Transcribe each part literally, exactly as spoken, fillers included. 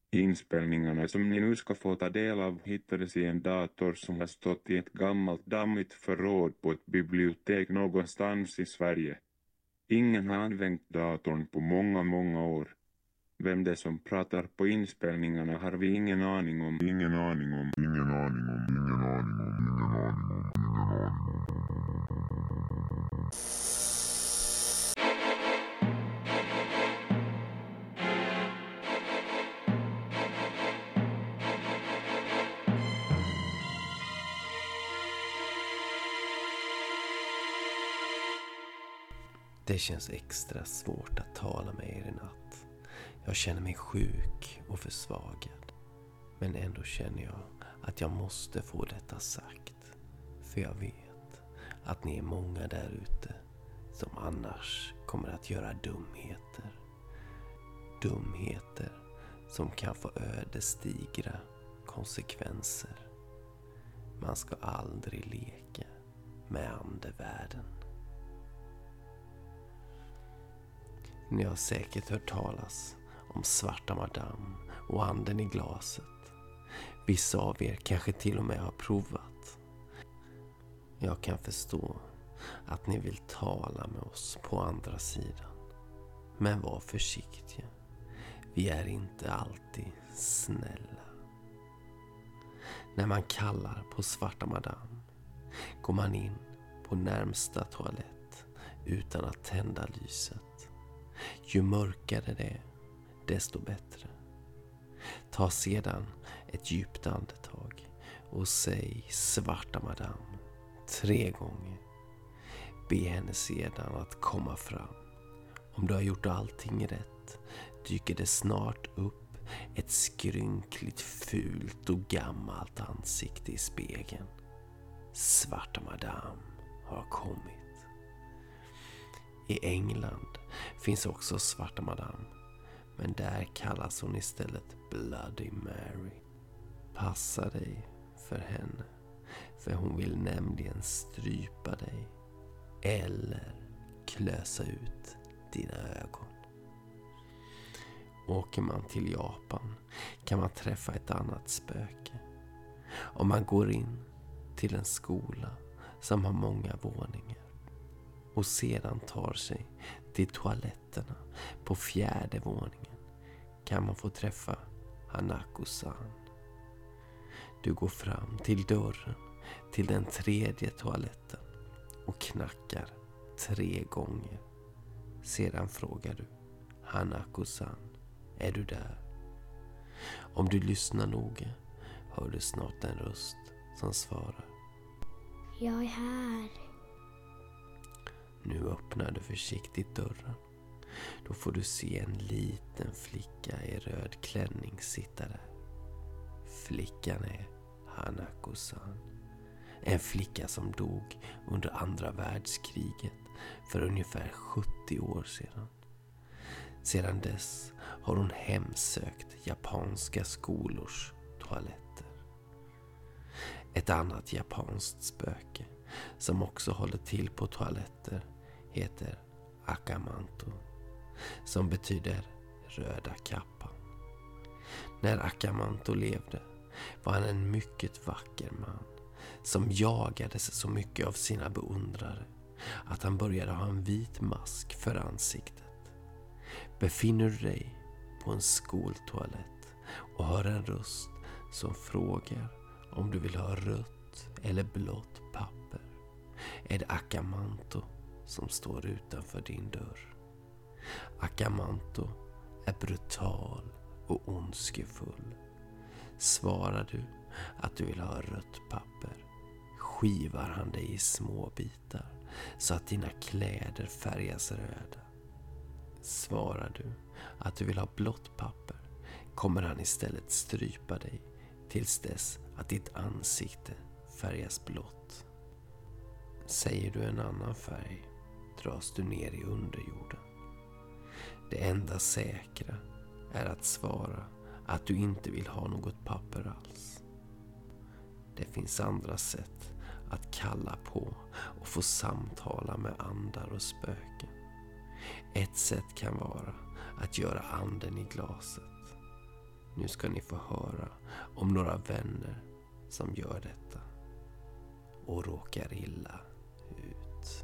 Inspelningarna som ni nu ska få ta del av hittades i en dator som har stått i ett gammalt dammigt förråd på ett bibliotek någonstans i Sverige. Ingen har använt datorn på många, många år. Vem det som pratar på inspelningarna har vi ingen aning om. Ingen aning om. Ingen aning om. Ingen aning om. Ingen aning om. Ingen aning om. Det känns extra svårt att tala med er i natt. Jag känner mig sjuk och försvagad. Men ändå känner jag att jag måste få detta sagt. För jag vet att ni är många där ute som annars kommer att göra dumheter. Dumheter som kan få ödesdigra konsekvenser. Man ska aldrig leka med andevärlden. Ni har säkert hört talas om Svarta Madame och anden i glaset. Vissa av er kanske till och med har provat. Jag kan förstå att ni vill tala med oss på andra sidan. Men var försiktiga. Vi är inte alltid snälla. När man kallar på Svarta Madame går man in på närmsta toalett utan att tända lyset. Ju mörkare det är, desto bättre. Ta sedan ett djupt andetag och säg Svarta Madame tre gånger. Be henne sedan att komma fram. Om du har gjort allting rätt dyker det snart upp ett skrynkligt, fult och gammalt ansikte i spegeln. Svarta Madame har kommit. I England finns också Svarta Madame, men där kallas hon istället Bloody Mary. Passa dig för henne, för hon vill nämligen strypa dig eller klösa ut dina ögon. Åker man till Japan kan man träffa ett annat spöke. Om man går in till en skola som har många våningar och sedan tar sig till toaletterna på fjärde våningen kan man få träffa Hanako-san. Du går fram till dörren till den tredje toaletten och knackar tre gånger. Sedan frågar du Hanako-san, är du där? Om du lyssnar noga hör du snart en röst som svarar: Jag är här. Nu öppnar du försiktigt dörren. Då får du se en liten flicka i röd klänning sitta där. Flickan är Hanako-san. En flicka som dog under andra världskriget för ungefär sjuttio år sedan. Sedan dess har hon hemsökt japanska skolors toaletter. Ett annat japanskt spöke som också håller till på toaletter heter Akamanto, som betyder röda kappan. När Akamanto levde var han en mycket vacker man som jagades så mycket av sina beundrare att han började ha en vit mask för ansiktet. Befinner du dig på en skoltoalett och hör en röst som frågar om du vill ha rött eller blått papper, är det Akamanto som står utanför din dörr. Akamanto är brutal och ondskefull. Svarar du att du vill ha rött papper skivar han dig i små bitar så att dina kläder färgas röda. Svarar du att du vill ha blått papper kommer han istället strypa dig tills dess att ditt ansikte färgas blått. Säger du en annan färg dras du ner i underjorden. Det enda säkra är att svara att du inte vill ha något papper alls. Det finns andra sätt att kalla på och få samtala med andar och spöken. Ett sätt kan vara att göra anden i glaset. Nu ska ni få höra om några vänner som gör detta och råkar illa ut.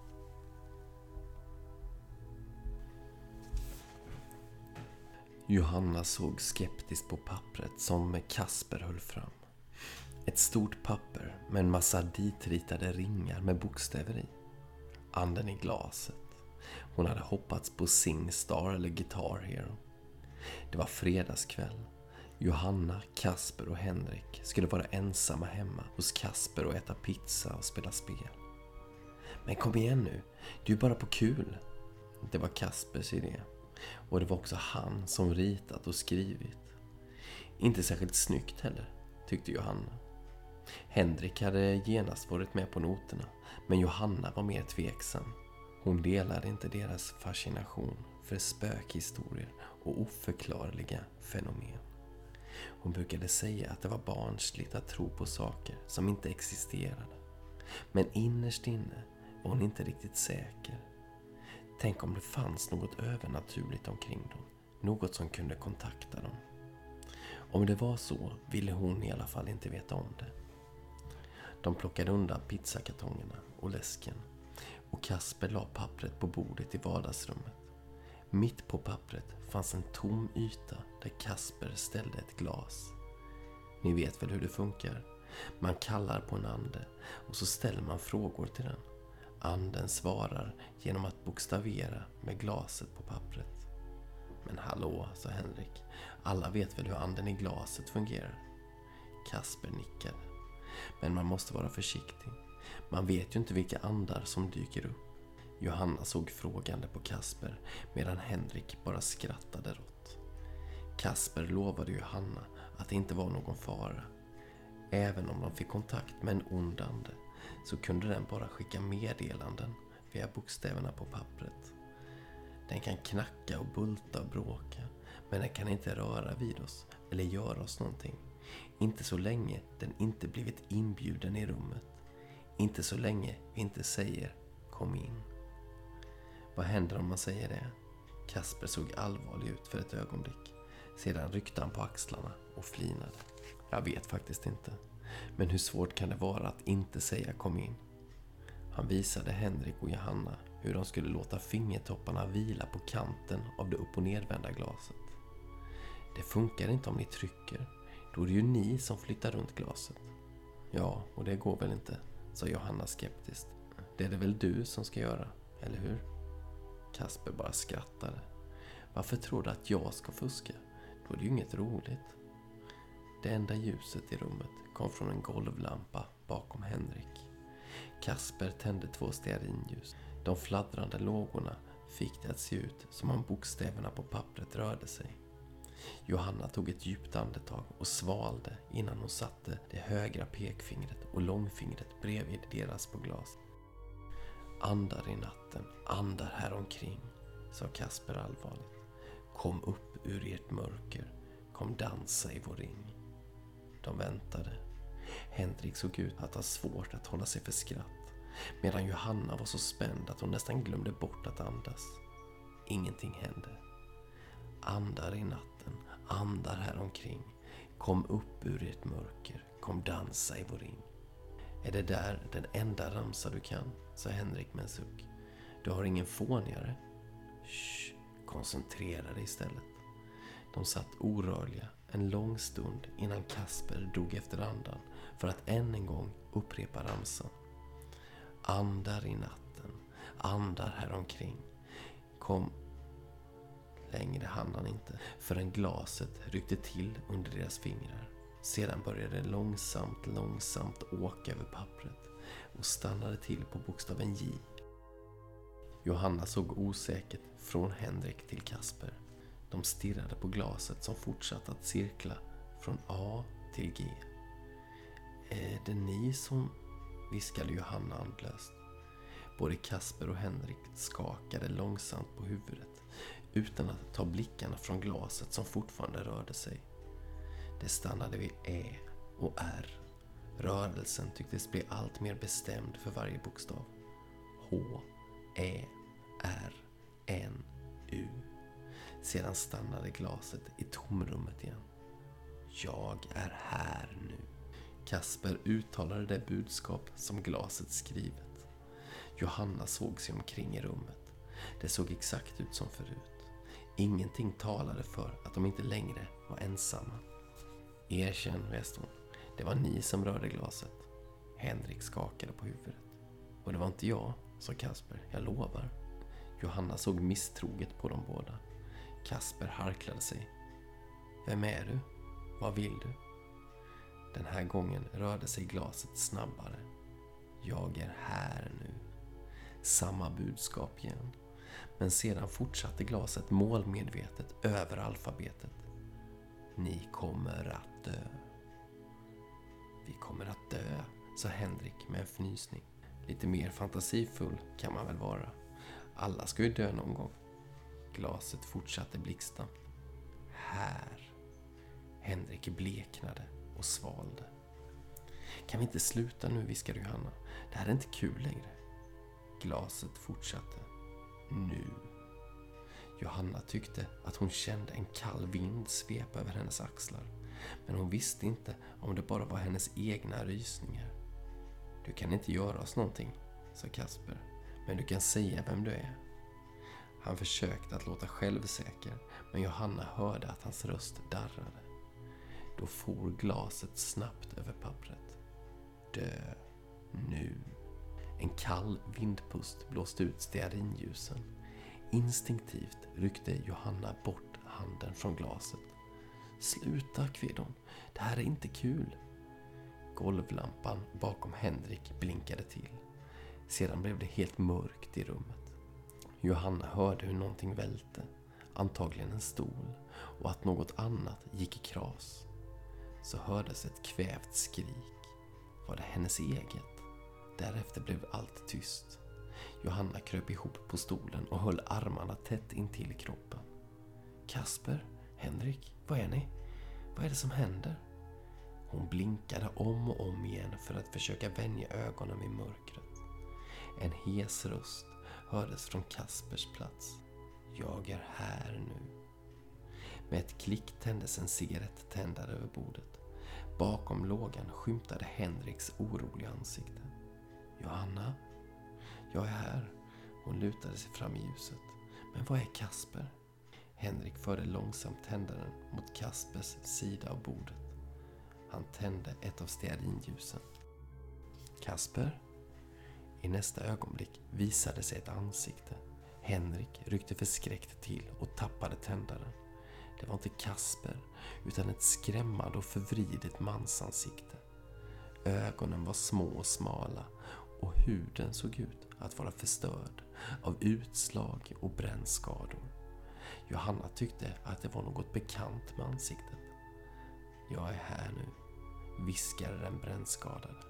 Johanna såg skeptiskt på pappret som Kasper höll fram. Ett stort papper med en massa ditritade ringar med bokstäver i. Anden i glaset. Hon hade hoppats på Singstar eller Guitar Hero. Det var fredagskväll. Johanna, Kasper och Henrik skulle vara ensamma hemma hos Kasper och äta pizza och spela spel. Men kom igen nu, du är bara på kul. Det var Kaspers idé. Och det var också han som ritat och skrivit. Inte särskilt snyggt heller, tyckte Johanna. Henrik hade genast varit med på noterna, men Johanna var mer tveksam. Hon delade inte deras fascination för spökhistorier och oförklarliga fenomen. Hon brukade säga att det var barnsligt att tro på saker som inte existerade. Men innerst inne var hon inte riktigt säker. Tänk om det fanns något övernaturligt omkring dem. Något som kunde kontakta dem. Om det var så ville hon i alla fall inte veta om det. De plockade undan pizzakartongerna och läsken. Och Kasper la pappret på bordet i vardagsrummet. Mitt på pappret fanns en tom yta där Kasper ställde ett glas. Ni vet väl hur det funkar? Man kallar på en ande och så ställer man frågor till den. Anden svarar genom att bokstavera med glaset på pappret. Men hallå, sa Henrik. Alla vet väl hur anden i glaset fungerar? Kasper nickade. Men man måste vara försiktig. Man vet ju inte vilka andar som dyker upp. Johanna såg frågande på Kasper medan Henrik bara skrattade rått. Kasper lovade Johanna att det inte var någon fara. Även om de fick kontakt med en ond ande så kunde den bara skicka meddelanden via bokstäverna på pappret. Den kan knacka och bulta och bråka, men den kan inte röra vid oss eller göra oss någonting. Inte så länge den inte blivit inbjuden i rummet. Inte så länge vi inte säger kom in. Vad händer om man säger det? Kasper såg allvarlig ut för ett ögonblick. Sedan ryckte han på axlarna och flinade. Jag vet faktiskt inte. Men hur svårt kan det vara att inte säga kom in? Han visade Henrik och Johanna hur de skulle låta fingertopparna vila på kanten av det upp- och nedvända glaset. Det funkar inte om ni trycker. Då är det ju ni som flyttar runt glaset. Ja, och det går väl inte, sa Johanna skeptiskt. Det är det väl du som ska göra, eller hur? Kasper bara skrattade. Varför tror du att jag ska fuska? Då är det ju inget roligt. Det enda ljuset i rummet kom från en golvlampa bakom Henrik. Kasper tände två stearinljus. De fladdrande lågorna fick det att se ut som om bokstäverna på pappret rörde sig. Johanna tog ett djupt andetag och svalde innan hon satte det högra pekfingret och långfingret bredvid deras på glas. Andar i natten, andar här omkring, sa Kasper allvarligt. Kom upp ur ert mörker, kom dansa i vår ring. De väntade. Henrik såg ut att ha svårt att hålla sig för skratt, medan Johanna var så spänd att hon nästan glömde bort att andas. Ingenting hände. Andar i natten, andar här omkring, kom upp ur ert mörker, kom dansa i vår ring. Är det där den enda ramsa du kan, sa Henrik med en suck. Du har ingen fånigare. Shh, koncentrera dig istället. De satt orörliga en lång stund innan Kasper drog efter andan för att än en gång upprepa ramsan. Andar i natten, andar här omkring. Kom. Längre hann han inte förrän glaset ryckte till under deras fingrar. Sedan började det långsamt, långsamt åka över pappret och stannade till på bokstaven J. Johanna såg osäkert från Henrik till Kasper. De stirrade på glaset som fortsatte att cirkla från A till G. Är det ni som, viskade Johanna andlöst. Både Kasper och Henrik skakade långsamt på huvudet utan att ta blickarna från glaset som fortfarande rörde sig. Det stannade vid E och R. Rörelsen tycktes bli allt mer bestämd för varje bokstav. H, E, R, N, U. Sedan stannade glaset i tomrummet igen. Jag är här nu. Kasper uttalade det budskap som glaset skrivit. Johanna såg sig omkring i rummet. Det såg exakt ut som förut. Ingenting talade för att de inte längre var ensamma. Erkänn, väste hon. Det var ni som rörde glaset. Henrik skakade på huvudet. Och det var inte jag, sa Kasper. Jag lovar. Johanna såg misstroget på dem båda. Kasper harklade sig. Vem är du? Vad vill du? Den här gången rörde sig glaset snabbare. Jag är här nu. Samma budskap igen. Men sedan fortsatte glaset målmedvetet över alfabetet. Ni kommer att dö. Vi kommer att dö, sa Henrik med en fnysning. Lite mer fantasifull kan man väl vara. Alla ska ju dö någon gång. Glaset fortsatte blixtsnabbt. Här. Henrik bleknade och svalde. Kan vi inte sluta nu, viskade Johanna. Det här är inte kul längre. Glaset fortsatte. Nu. Johanna tyckte att hon kände en kall vind svepa över hennes axlar. Men hon visste inte om det bara var hennes egna rysningar. Du kan inte göra oss någonting, sa Kasper. Men du kan säga vem du är. Han försökte att låta självsäker, men Johanna hörde att hans röst darrade. Då for glaset snabbt över pappret. Dö nu. En kall vindpust blåste ut stearinljusen. Instinktivt ryckte Johanna bort handen från glaset. Sluta, kviddon. Det här är inte kul. Golvlampan bakom Henrik blinkade till. Sedan blev det helt mörkt i rummet. Johanna hörde hur någonting välte, antagligen en stol, och att något annat gick i kras. Så hördes ett kvävt skrik. Var det hennes eget? Därefter blev allt tyst. Johanna kröp ihop på stolen och höll armarna tätt intill kroppen. Kasper, Henrik, vad är ni? Vad är det som händer? Hon blinkade om och om igen för att försöka vänja ögonen i mörkret. En hes röst hördes från Kaspers plats. Jag är här nu. Med ett klick tändes en cigarett tändare över bordet. Bakom lågan skymtade Henriks oroliga ansikte. Johanna? Jag är här. Hon lutade sig fram i ljuset. Men vad är Kasper? Henrik förde långsamt tändaren mot Kaspers sida av bordet. Han tände ett av stearinljusen. Kasper? I nästa ögonblick visade sig ett ansikte. Henrik ryckte förskräckt till och tappade tändaren. Det var inte Kasper, utan ett skrämmande och förvridet mansansikte. Ögonen var små och smala och huden såg ut att vara förstörd av utslag och brännskador. Johanna tyckte att det var något bekant med ansiktet. Jag är här nu, viskade den brännskadade.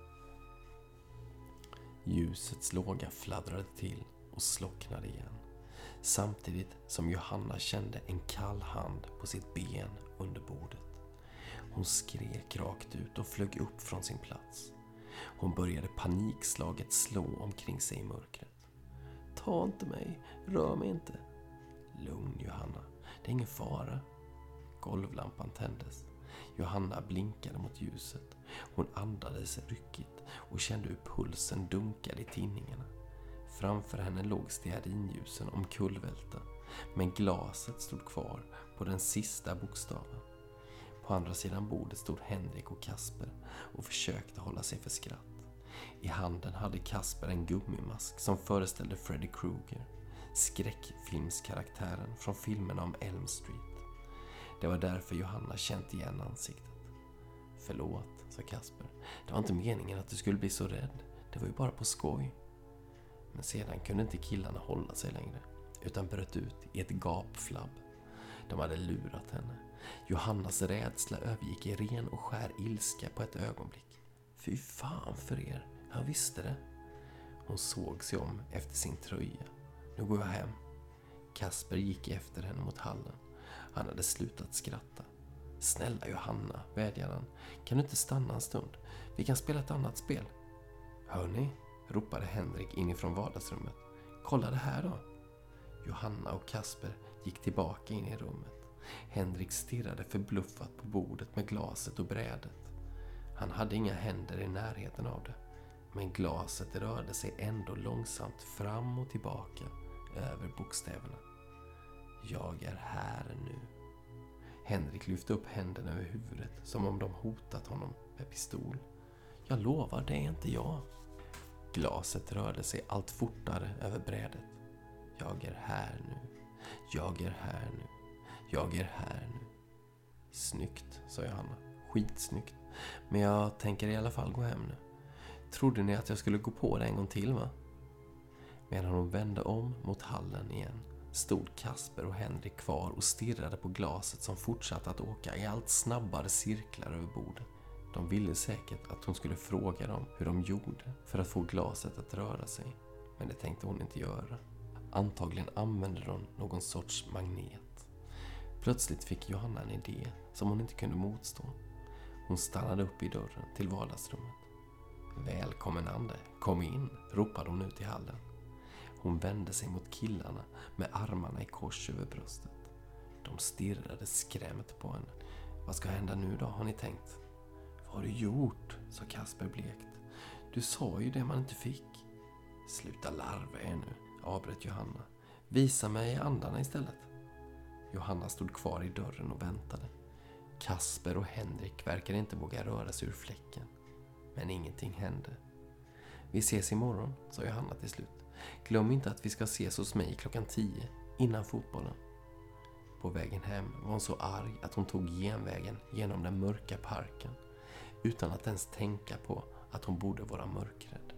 Ljusets låga fladdrade till och slocknade igen. Samtidigt som Johanna kände en kall hand på sitt ben under bordet. Hon skrek rakt ut och flög upp från sin plats. Hon började panikslaget slå omkring sig i mörkret. Ta inte mig, rör mig inte. Lugn, Johanna, det är ingen fara. Golvlampan tändes. Johanna blinkade mot ljuset. Hon andades ryckigt och kände hur pulsen dunkade i tinningarna. Framför henne låg stearinljusen omkullvälta, men glaset stod kvar på den sista bokstaven. På andra sidan bordet stod Henrik och Kasper och försökte hålla sig för skratt. I handen hade Kasper en gummimask som föreställde Freddy Krueger, skräckfilmskaraktären från filmerna om Elm Street. Det var därför Johanna känt igen ansiktet. Förlåt, sa Kasper. Det var inte meningen att du skulle bli så rädd. Det var ju bara på skoj. Men sedan kunde inte killarna hålla sig längre, utan bröt ut i ett gapflabb. De hade lurat henne. Johannas rädsla övergick i ren och skär ilska på ett ögonblick. Fy fan för er, jag visste det. Hon såg sig om efter sin tröja. Nu går jag hem. Kasper gick efter henne mot hallen. Han hade slutat skratta. Snälla Johanna, vädjade han. Kan du inte stanna en stund? Vi kan spela ett annat spel. Hör ni? Ropade Henrik inifrån vardagsrummet. Kolla det här då. Johanna och Kasper gick tillbaka in i rummet. Henrik stirrade förbluffat på bordet med glaset och brädet. Han hade inga händer i närheten av det, men glaset rörde sig ändå långsamt fram och tillbaka över bokstäverna. Jag är här nu. Henrik lyfte upp händerna över huvudet som om de hotat honom med pistol. Jag lovar, det är inte jag. Glaset rörde sig allt fortare över brädet. Jag är här nu. Jag är här nu. Jag är här nu. Snyggt, sa Johanna. Skitsnyggt. Men jag tänker i alla fall gå hem nu. Trodde ni att jag skulle gå på det en gång till, va? Medan hon vände om mot hallen igen stod Kasper och Henrik kvar och stirrade på glaset som fortsatte att åka i allt snabbare cirklar över bordet. De ville säkert att hon skulle fråga dem hur de gjorde för att få glaset att röra sig, men det tänkte hon inte göra. Antagligen använde de någon sorts magnet. Plötsligt fick Johanna en idé som hon inte kunde motstå. Hon stannade upp i dörren till vardagsrummet. Välkommen Ande, kom in, ropade hon ut i hallen. Hon vände sig mot killarna med armarna i kors över bröstet. De stirrade skrämt på henne. Vad ska hända nu då, har ni tänkt? Vad har du gjort? Sa Kasper blekt. Du sa ju det man inte fick. Sluta larva er nu, avbröt Johanna. Visa mig andarna istället. Johanna stod kvar i dörren och väntade. Kasper och Henrik verkade inte våga röra sig ur fläcken. Men ingenting hände. Vi ses imorgon, sa Johanna till slut. Glöm inte att vi ska ses hos mig klockan tio, innan fotbollen. På vägen hem var hon så arg att hon tog genvägen genom den mörka parken, utan att ens tänka på att hon borde vara mörkrädd.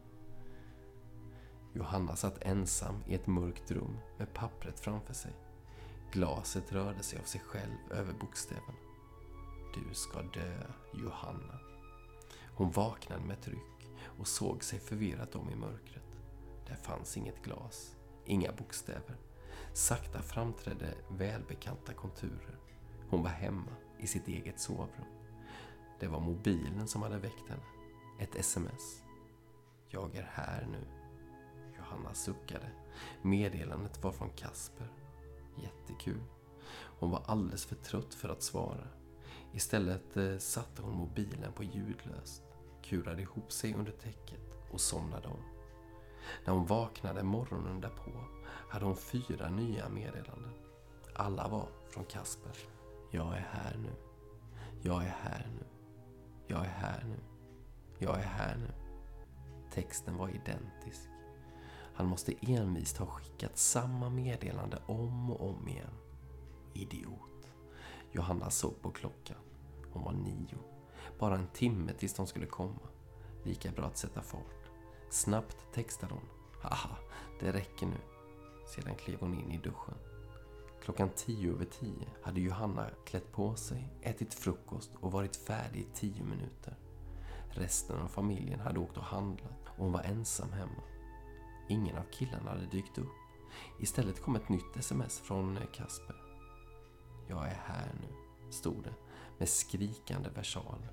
Johanna satt ensam i ett mörkt rum med pappret framför sig. Glaset rörde sig av sig själv över bokstäverna. Du ska dö, Johanna. Hon vaknade med tryck och såg sig förvirrat om i mörkret. Det fanns inget glas, inga bokstäver. Sakta framträdde välbekanta konturer. Hon var hemma i sitt eget sovrum. Det var mobilen som hade väckt henne. Ett sms. Jag är här nu. Johanna suckade. Meddelandet var från Kasper. Jättekul. Hon var alldeles för trött för att svara. Istället eh, satte hon mobilen på ljudlöst, kurade ihop sig under täcket och somnade om. När hon vaknade morgonen därpå hade hon fyra nya meddelanden. Alla var från Kasper. Jag är här nu. Jag är här nu. Jag är här nu. Jag är här nu. Texten var identisk. Han måste envist ha skickat samma meddelande om och om igen. Idiot. Johanna såg på klockan. Hon var nio. Bara en timme tills de skulle komma. Lika bra att sätta fart. Snabbt textade hon. Haha, det räcker nu. Sedan klev hon in i duschen. Klockan tio över tio hade Johanna klätt på sig, ätit frukost och varit färdig i tio minuter. Resten av familjen hade åkt och handlat och hon var ensam hemma. Ingen av killarna hade dykt upp. Istället kom ett nytt sms från Kasper. Jag är här nu, stod det med skrikande versaler.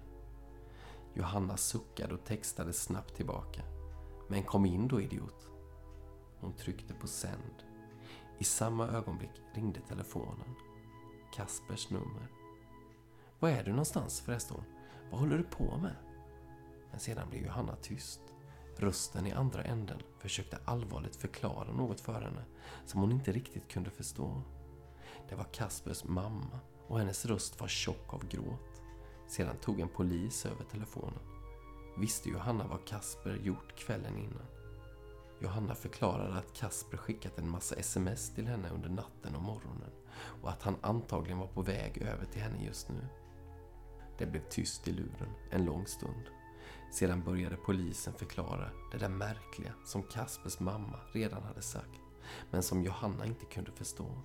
Johanna suckade och textade snabbt tillbaka. Men kom in då, idiot. Hon tryckte på sänd. I samma ögonblick ringde telefonen. Kaspers nummer. Var är du någonstans förresten? Vad håller du på med? Men sedan blev Johanna tyst. Rösten i andra änden försökte allvarligt förklara något för henne som hon inte riktigt kunde förstå. Det var Kaspers mamma och hennes röst var tjock av gråt. Sedan tog en polis över telefonen. Visste Johanna vad Kasper gjort kvällen innan? Johanna förklarade att Kasper skickat en massa sms till henne under natten och morgonen och att han antagligen var på väg över till henne just nu. Det blev tyst i luren en lång stund. Sedan började polisen förklara det där märkliga som Kaspers mamma redan hade sagt, men som Johanna inte kunde förstå.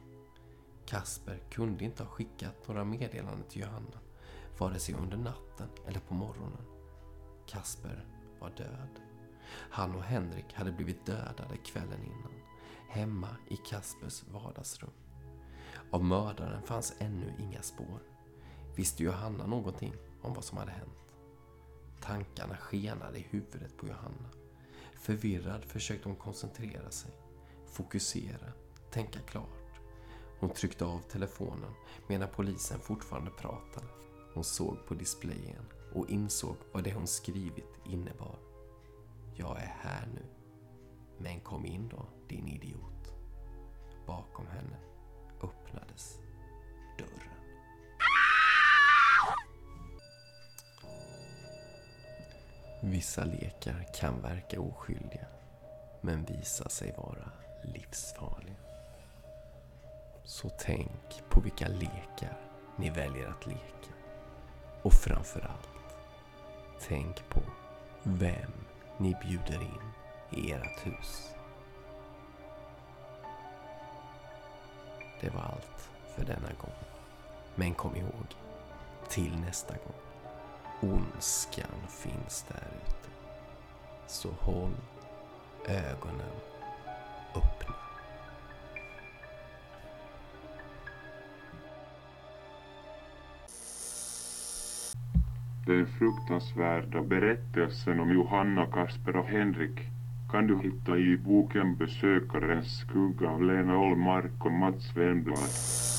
Kasper kunde inte ha skickat några meddelanden till Johanna, vare sig under natten eller på morgonen. Kasper var död. Han och Henrik hade blivit dödade kvällen innan, hemma i Kaspers vardagsrum. Av mördaren fanns ännu inga spår. Visste Johanna någonting om vad som hade hänt? Tankarna skenade i huvudet på Johanna. Förvirrad försökte hon koncentrera sig, fokusera, tänka klart. Hon tryckte av telefonen medan polisen fortfarande pratade. Hon såg på displayen och insåg vad det hon skrivit innebar. Jag är här nu. Men kom in då, din idiot. Bakom henne öppnades dörren. Vissa lekar kan verka oskyldiga, men visar sig vara livsfarliga. Så tänk på vilka lekar ni väljer att leka. Och framförallt, tänk på vem ni bjuder in i ert hus. Det var allt för denna gång. Men kom ihåg, till nästa gång. Ondskan finns där ute. Så håll ögonen öppna. Den fruktansvärda berättelsen om Johanna, Kasper och Henrik kan du hitta i boken Besökarens skugga av Lena Ollmark och Mats Wennblad.